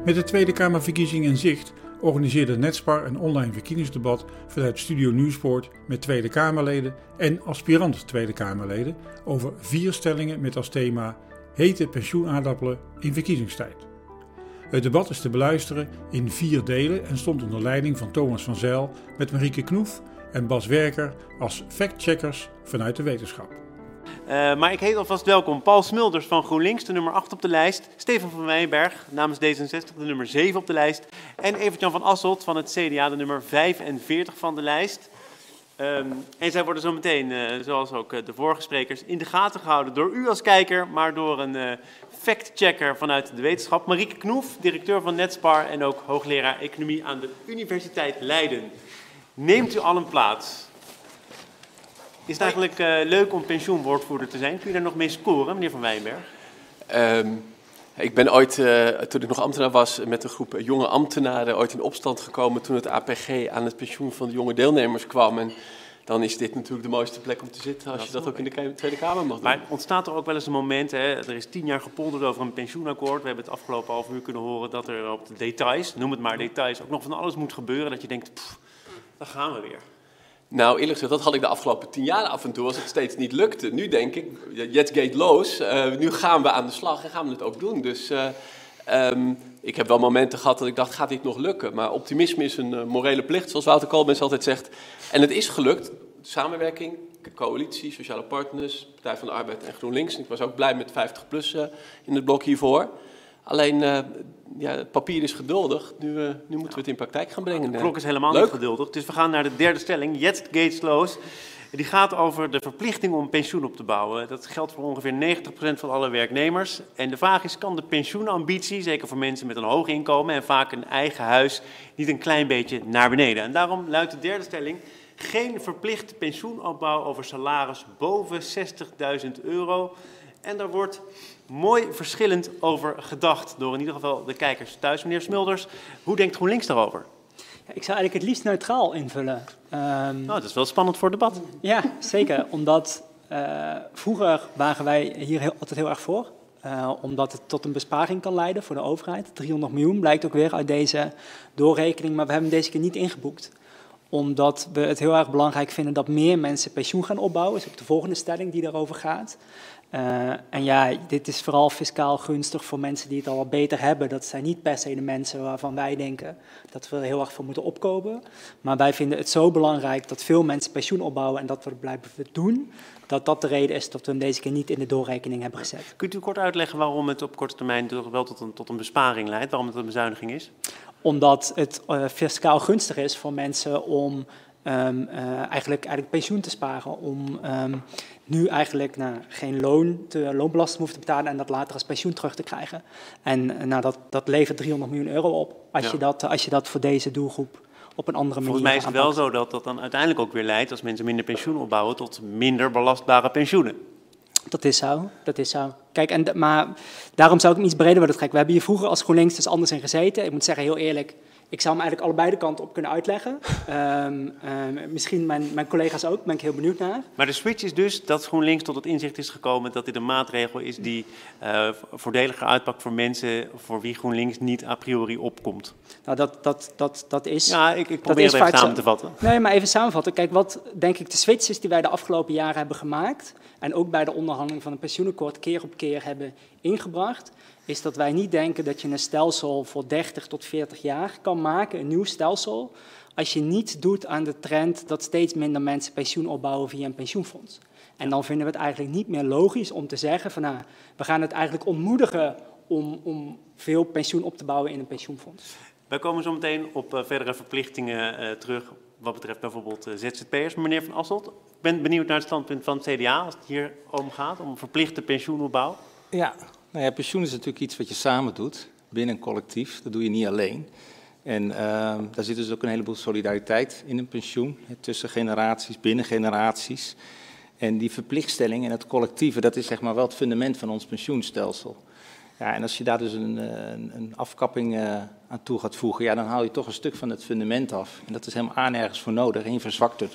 Met de Tweede Kamerverkiezing in zicht organiseerde Netspar een online verkiezingsdebat vanuit Studio Nieuwspoort met Tweede Kamerleden en aspirant Tweede Kamerleden over 4 stellingen met als thema hete pensioenaardappelen in verkiezingstijd. Het debat is te beluisteren in 4 delen en stond onder leiding van Thomas van Zijl met Marieke Knoef en Bas Werker als factcheckers vanuit de wetenschap. Maar ik heet alvast welkom Paul Smulders van GroenLinks, de nummer 8 op de lijst. Stefan van Wijnberg namens D66, de nummer 7 op de lijst. En Evert-Jan van Asselt van het CDA, de nummer 45 van de lijst. En zij worden zo meteen, zoals ook de vorige sprekers, in de gaten gehouden door u als kijker, maar door een factchecker vanuit de wetenschap. Marieke Knoef, directeur van Netspar en ook hoogleraar economie aan de Universiteit Leiden. Neemt u al een plaats? Is het eigenlijk leuk om pensioenwoordvoerder te zijn? Kun je daar nog mee scoren, meneer Van Wijnberg? Ik ben ooit, toen ik nog ambtenaar was, met een groep jonge ambtenaren ooit in opstand gekomen toen het APG aan het pensioen van de jonge deelnemers kwam. En dan is dit natuurlijk de mooiste plek om te zitten als je dat ook in de Tweede Kamer mag doen. Maar ontstaat er ook wel eens een moment, hè, er is 10 jaar gepolderd over een pensioenakkoord. We hebben het afgelopen half uur kunnen horen dat er op de details, noem het maar details, ook nog van alles moet gebeuren. Dat je denkt, daar gaan we weer. Nou, eerlijk gezegd, dat had ik de afgelopen 10 jaar af en toe, als het steeds niet lukte. Nu denk ik, jetzt geht los, nu gaan we aan de slag en gaan we het ook doen. Dus ik heb wel momenten gehad dat ik dacht, gaat dit nog lukken? Maar optimisme is een morele plicht, zoals Wouter Koolmees altijd zegt. En het is gelukt. Samenwerking, coalitie, sociale partners, Partij van de Arbeid en GroenLinks. Ik was ook blij met 50PLUS in het blok hiervoor. Alleen, het papier is geduldig. Nu moeten we het in praktijk gaan brengen. De klok is helemaal niet geduldig. Dus we gaan naar de derde stelling. Jetzt geht's los. Die gaat over de verplichting om pensioen op te bouwen. Dat geldt voor ongeveer 90% van alle werknemers. En de vraag is, kan de pensioenambitie, zeker voor mensen met een hoog inkomen en vaak een eigen huis, niet een klein beetje naar beneden? En daarom luidt de derde stelling: geen verplichte pensioenopbouw over salaris boven €60.000. En daar wordt mooi verschillend over gedacht door in ieder geval de kijkers thuis. Meneer Smulders, hoe denkt GroenLinks daarover? Ja, ik zou eigenlijk het liefst neutraal invullen. Dat is wel spannend voor het debat. Ja, zeker. Omdat vroeger waren wij hier altijd heel erg voor. Omdat het tot een besparing kan leiden voor de overheid. 300 miljoen blijkt ook weer uit deze doorrekening. Maar we hebben hem deze keer niet ingeboekt. Omdat we het heel erg belangrijk vinden dat meer mensen pensioen gaan opbouwen. Dat is ook de volgende stelling die daarover gaat. En ja, dit is vooral fiscaal gunstig voor mensen die het al wat beter hebben. Dat zijn niet per se de mensen waarvan wij denken dat we er heel erg voor moeten opkomen. Maar wij vinden het zo belangrijk dat veel mensen pensioen opbouwen en dat we het blijven doen. Dat de reden is dat we hem deze keer niet in de doorrekening hebben gezet. Kunt u kort uitleggen waarom het op korte termijn wel tot een besparing leidt? Waarom het een bezuiniging is? Omdat het fiscaal gunstig is voor mensen om eigenlijk pensioen te sparen. Om nu eigenlijk geen loonbelasting hoeft te betalen en dat later als pensioen terug te krijgen. En dat levert €300 miljoen op als je dat voor deze doelgroep op een andere manier Volgens mij is het wel zo dat dat dan uiteindelijk ook weer leidt, als mensen minder pensioen opbouwen, tot minder belastbare pensioenen. Dat is zo. Kijk, maar daarom zou ik hem iets breder willen trekken. We hebben hier vroeger als GroenLinks dus anders in gezeten. Ik moet zeggen, heel eerlijk, ik zou hem eigenlijk allebei de kanten op kunnen uitleggen. Misschien mijn collega's ook, daar ben ik heel benieuwd naar. Maar de switch is dus dat GroenLinks tot het inzicht is gekomen dat dit een maatregel is die voordeliger uitpakt voor mensen voor wie GroenLinks niet a priori opkomt. Nou, dat is... Ja, ik probeer het even samen te vatten. Nee, maar even samenvatten. Kijk, wat denk ik de switch is die wij de afgelopen jaren hebben gemaakt en ook bij de onderhandeling van een pensioenakkoord keer op keer hebben ingebracht, is dat wij niet denken dat je een stelsel voor 30 tot 40 jaar kan maken, een nieuw stelsel, als je niet doet aan de trend dat steeds minder mensen pensioen opbouwen via een pensioenfonds. En dan vinden we het eigenlijk niet meer logisch om te zeggen van we gaan het eigenlijk ontmoedigen om veel pensioen op te bouwen in een pensioenfonds. Wij komen zo meteen op verdere verplichtingen terug wat betreft bijvoorbeeld ZZP'ers. Meneer Van Asselt, ik ben benieuwd naar het standpunt van het CDA als het hier om gaat, om verplichte pensioenopbouw. Ja. Nou ja, pensioen is natuurlijk iets wat je samen doet, binnen een collectief. Dat doe je niet alleen. En daar zit dus ook een heleboel solidariteit in een pensioen, tussen generaties, binnen generaties. En die verplichtstelling en het collectieve, dat is zeg maar wel het fundament van ons pensioenstelsel. Ja, en als je daar dus een afkapping aan toe gaat voegen, ja, dan haal je toch een stuk van het fundament af. En dat is helemaal nergens voor nodig en je verzwakt het ook.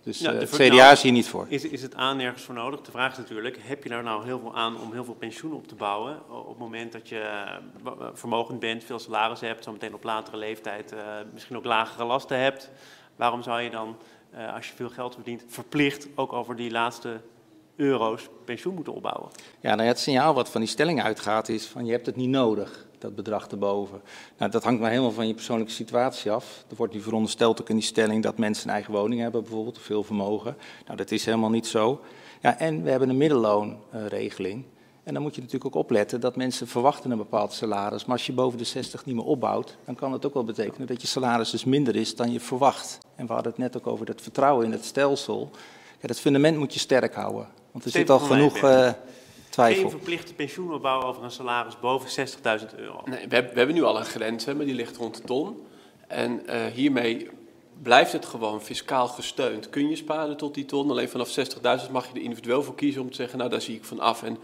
Dus Ja, het CDA is hier niet voor. Is het aan nergens voor nodig? De vraag is natuurlijk, heb je daar nou heel veel aan om heel veel pensioen op te bouwen? Op het moment dat je vermogend bent, veel salaris hebt, zometeen op latere leeftijd misschien ook lagere lasten hebt. Waarom zou je dan, als je veel geld verdient, verplicht ook over die laatste euro's pensioen moeten opbouwen? Ja, nou ja, het signaal wat van die stelling uitgaat is van je hebt het niet nodig, dat bedrag erboven. Nou, dat hangt maar helemaal van je persoonlijke situatie af. Er wordt nu verondersteld ook in die stelling dat mensen een eigen woning hebben bijvoorbeeld, of veel vermogen. Nou, dat is helemaal niet zo. Ja, en we hebben een middenloonregeling. En dan moet je natuurlijk ook opletten dat mensen verwachten een bepaald salaris. Maar als je boven de 60 niet meer opbouwt, dan kan het ook wel betekenen dat je salaris dus minder is dan je verwacht. En we hadden het net ook over dat vertrouwen in het stelsel. Ja, dat fundament moet je sterk houden. Want er zit al genoeg twijfel. Geen verplichte pensioenopbouw over een salaris boven €60.000. Nee, we hebben nu al een grens, maar die ligt rond de ton. En hiermee blijft het gewoon fiscaal gesteund. Kun je sparen tot die ton? Alleen vanaf 60.000 mag je er individueel voor kiezen om te zeggen, nou daar zie ik van af. En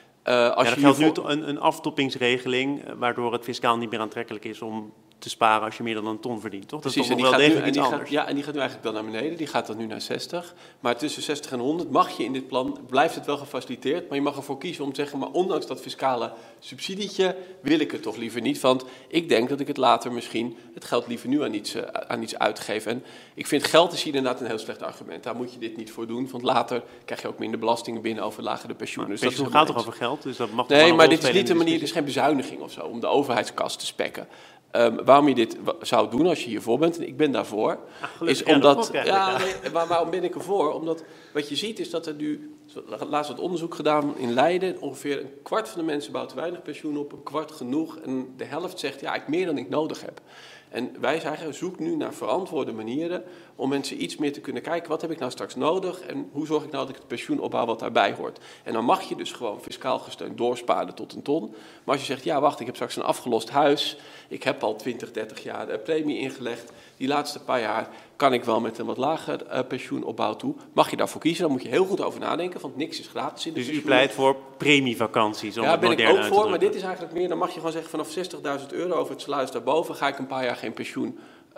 als er geldt nu een aftoppingsregeling, waardoor het fiscaal niet meer aantrekkelijk is om te sparen als je meer dan een ton verdient, toch? Dat precies, is toch wel degelijk iets anders. En die gaat nu eigenlijk dan naar beneden, die gaat dan nu naar 60. Maar tussen 60 en 100 mag je in dit plan, blijft het wel gefaciliteerd, maar je mag ervoor kiezen om te zeggen, maar ondanks dat fiscale subsidietje wil ik het toch liever niet, want ik denk dat ik het later misschien het geld liever nu aan iets uitgeef. En ik vind geld is hier inderdaad een heel slecht argument. Daar moet je dit niet voor doen, want later krijg je ook minder belastingen binnen over lagere pensioenen. Dus pensioen gaat toch over geld? Dus dat mag nee, maar dit is niet de manier, dit is geen bezuiniging of zo, om de overheidskast te spekken. Waarom je dit zou doen als je hiervoor bent, en ik ben daarvoor, is omdat... Maar waarom ben ik ervoor? Omdat wat je ziet is dat er nu, laatst wat onderzoek gedaan in Leiden, ongeveer een kwart van de mensen bouwt te weinig pensioen op, een kwart genoeg, en de helft zegt, ja, ik meer dan ik nodig heb. En wij zeggen, zoek nu naar verantwoorde manieren om mensen iets meer te kunnen kijken, wat heb ik nou straks nodig en hoe zorg ik nou dat ik het pensioen opbouw wat daarbij hoort. En dan mag je dus gewoon fiscaal gesteund doorsparen tot een ton. Maar als je zegt, ja wacht, ik heb straks een afgelost huis, ik heb al 20, 30 jaar de premie ingelegd, die laatste paar jaar kan ik wel met een wat lager pensioenopbouw toe. Mag je daarvoor kiezen, dan moet je heel goed over nadenken, want niks is gratis in de pensioen. Dus u pleit voor premievakanties? Ja, ben ik ook voor, maar dit is eigenlijk meer, dan mag je gewoon zeggen vanaf €60.000 over het salaris daarboven ga ik een paar jaar geen pensioen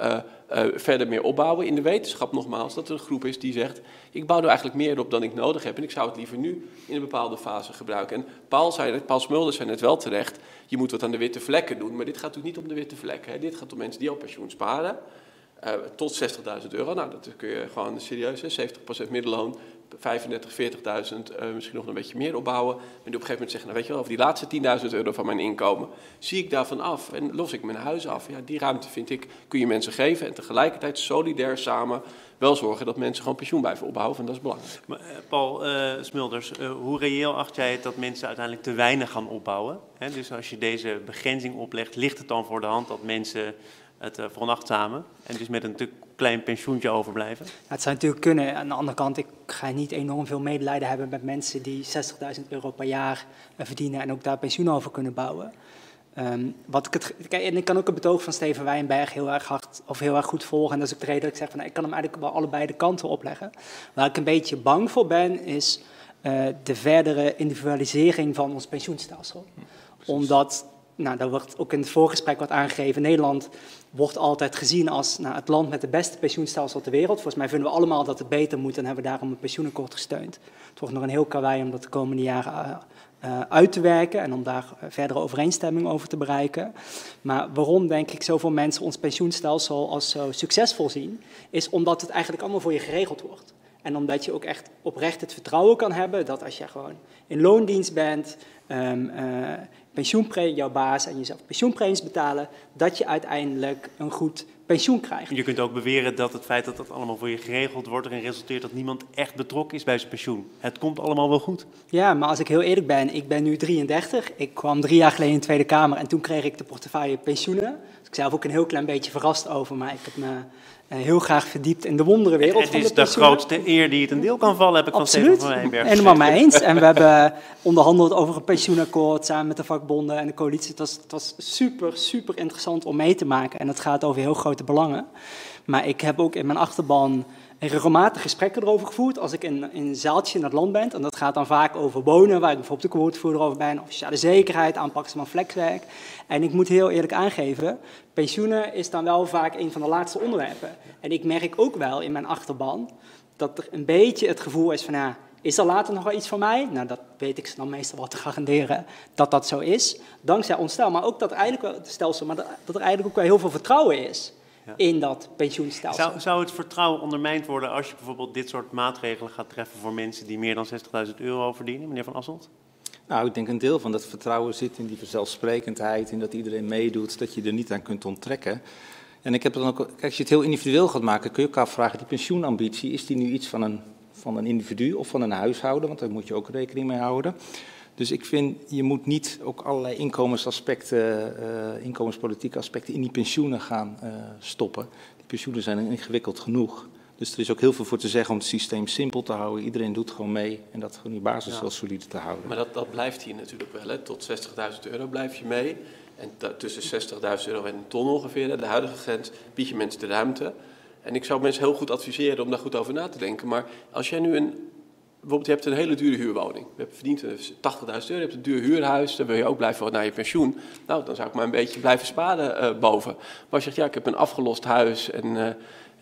verder meer opbouwen. In de wetenschap nogmaals dat er een groep is die zegt, ik bouw er eigenlijk meer op dan ik nodig heb en ik zou het liever nu in een bepaalde fase gebruiken. En Paul Smulders zei net wel terecht, je moet wat aan de witte vlekken doen, maar dit gaat natuurlijk niet om de witte vlekken. Hè. Dit gaat om mensen die al pensioen sparen. Tot €60.000. Nou, dat kun je gewoon serieus, hè, 70% middelloon, 35.000, 40.000, misschien nog een beetje meer opbouwen. En die op een gegeven moment zeggen, nou weet je wel, over die laatste €10.000 van mijn inkomen, zie ik daarvan af en los ik mijn huis af. Ja, die ruimte vind ik, kun je mensen geven en tegelijkertijd solidair samen wel zorgen dat mensen gewoon pensioen blijven opbouwen. En dat is belangrijk. Maar, Paul Smulders, hoe reëel acht jij het dat mensen uiteindelijk te weinig gaan opbouwen? Hè, dus als je deze begrenzing oplegt, ligt het dan voor de hand dat mensen het veronachtzamen en dus met een te klein pensioentje overblijven? Ja, het zou natuurlijk kunnen. Aan de andere kant, ik ga niet enorm veel medelijden hebben met mensen die €60.000 per jaar verdienen en ook daar pensioen over kunnen bouwen. En ik kan ook het betoog van Steven Wijnberg heel erg goed volgen. En dat is ook de reden dat ik zeg van, ik kan hem eigenlijk wel allebei de kanten opleggen. Waar ik een beetje bang voor ben, is de verdere individualisering van ons pensioenstelsel. Omdat, nou, dat wordt ook in het voorgesprek wat aangegeven, Nederland wordt altijd gezien als het land met het beste pensioenstelsel ter wereld. Volgens mij vinden we allemaal dat het beter moet en hebben we daarom een pensioenakkoord gesteund. Het wordt nog een heel karwei om dat de komende jaren uit te werken en om daar verdere overeenstemming over te bereiken. Maar waarom, denk ik, zoveel mensen ons pensioenstelsel als zo succesvol zien, is omdat het eigenlijk allemaal voor je geregeld wordt. En omdat je ook echt oprecht het vertrouwen kan hebben dat als je gewoon in loondienst bent, jouw baas en jezelf pensioenpremies betalen, dat je uiteindelijk een goed pensioen krijgt. Je kunt ook beweren dat het feit dat dat allemaal voor je geregeld wordt erin resulteert dat niemand echt betrokken is bij zijn pensioen. Het komt allemaal wel goed. Ja, maar als ik heel eerlijk ben, ik ben nu 33. Ik kwam 3 jaar geleden in de Tweede Kamer en toen kreeg ik de portefeuille pensioenen. Dus ik zelf ook een heel klein beetje verrast over, maar ik heb me heel graag verdiept in de wonderenwereld van de pensioenen. Het is de grootste eer die het een deel kan vallen, heb ik van Steven van Wijnberg. Helemaal mee eens. En we hebben onderhandeld over een pensioenakkoord samen met de vakbonden en de coalitie. Het was super, super interessant om mee te maken. En het gaat over heel grote belangen. Maar ik heb ook in mijn achterban regelmatig gesprekken erover gevoerd als ik in een zaaltje in het land ben. En dat gaat dan vaak over wonen, waar ik bijvoorbeeld de woordvoerder over ben, of sociale zekerheid, aanpakken van flexwerk. En ik moet heel eerlijk aangeven, pensioenen is dan wel vaak een van de laatste onderwerpen. En ik merk ook wel in mijn achterban dat er een beetje het gevoel is van, is er later nog wel iets voor mij? Nou, dat weet ik dan meestal wel te garanderen dat dat zo is. Dankzij ons stelsel, maar ook dat er eigenlijk ook wel heel veel vertrouwen is in dat pensioenstelsel. Zou het vertrouwen ondermijnd worden als je bijvoorbeeld dit soort maatregelen gaat treffen voor mensen die meer dan €60.000 verdienen, meneer Van Asselt? Nou, ik denk een deel van dat vertrouwen zit in die vanzelfsprekendheid, in dat iedereen meedoet, dat je er niet aan kunt onttrekken. En ik heb dan ook, kijk, als je het heel individueel gaat maken, kun je ook afvragen, die pensioenambitie, is die nu iets van een individu of van een huishouden? Want daar moet je ook rekening mee houden. Dus ik vind, je moet niet ook allerlei inkomenspolitieke aspecten in die pensioenen gaan stoppen. Die pensioenen zijn ingewikkeld genoeg. Dus er is ook heel veel voor te zeggen om het systeem simpel te houden. Iedereen doet gewoon mee en dat gewoon die basis wel solide te houden. Maar dat blijft hier natuurlijk wel. Hè. Tot €60.000 blijf je mee. En tussen €60.000 en een ton ongeveer, de huidige grens, bied je mensen de ruimte. En ik zou mensen heel goed adviseren om daar goed over na te denken. Maar als jij nu bijvoorbeeld je hebt een hele dure huurwoning. Je verdient €80.000, je hebt een duur huurhuis, dan wil je ook blijven naar je pensioen. Nou, dan zou ik maar een beetje blijven sparen boven. Maar als je zegt, ik heb een afgelost huis en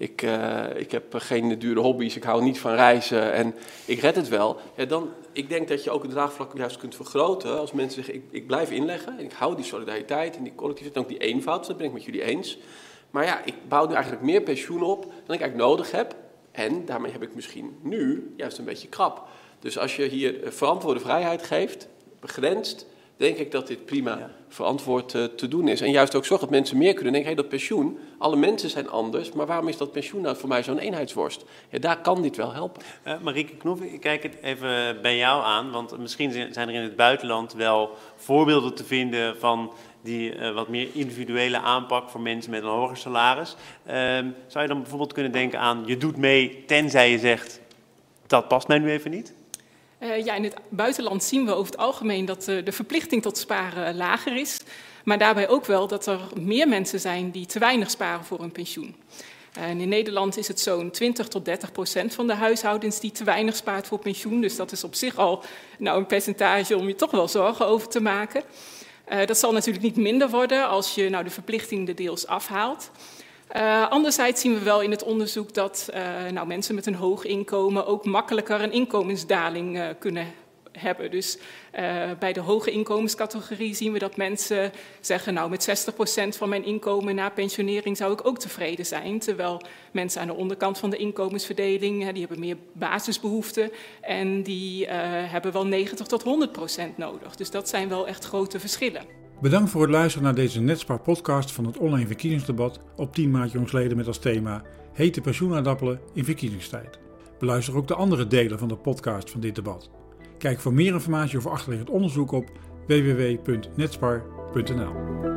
ik heb geen dure hobby's, ik hou niet van reizen en ik red het wel. Ja, dan, ik denk dat je ook het draagvlak juist kunt vergroten als mensen zeggen, ik blijf inleggen en ik hou die solidariteit en die collectiviteit en ook die eenvoud, dat ben ik met jullie eens. Maar ik bouw nu eigenlijk meer pensioen op dan ik eigenlijk nodig heb. En daarmee heb ik misschien nu juist een beetje krap. Dus als je hier verantwoorde vrijheid geeft, begrensd, denk ik dat dit prima verantwoord te doen is. En juist ook zorg dat mensen meer kunnen denken, dat pensioen, alle mensen zijn anders, maar waarom is dat pensioen nou voor mij zo'n eenheidsworst? Ja, daar kan dit wel helpen. Marieke Knoef, ik kijk het even bij jou aan, want misschien zijn er in het buitenland wel voorbeelden te vinden van die wat meer individuele aanpak voor mensen met een hoger salaris. Zou je dan bijvoorbeeld kunnen denken aan, je doet mee tenzij je zegt, dat past mij nu even niet? In het buitenland zien we over het algemeen dat de verplichting tot sparen lager is. Maar daarbij ook wel dat er meer mensen zijn die te weinig sparen voor hun pensioen. En in Nederland is het zo'n 20-30% van de huishoudens die te weinig spaart voor pensioen. Dus dat is op zich al een percentage om je toch wel zorgen over te maken. Dat zal natuurlijk niet minder worden als je de verplichting er deels afhaalt. Anderzijds zien we wel in het onderzoek dat mensen met een hoog inkomen ook makkelijker een inkomensdaling kunnen hebben. Dus bij de hoge inkomenscategorie zien we dat mensen zeggen, met 60% van mijn inkomen na pensionering zou ik ook tevreden zijn. Terwijl mensen aan de onderkant van de inkomensverdeling, die hebben meer basisbehoeften en die hebben wel 90 tot 100% nodig. Dus dat zijn wel echt grote verschillen. Bedankt voor het luisteren naar deze Netspar-podcast van het online verkiezingsdebat op 10 maart jongsleden met als thema Hete pensioenaardappelen in verkiezingstijd. Beluister ook de andere delen van de podcast van dit debat. Kijk voor meer informatie over achterliggend onderzoek op www.netspar.nl.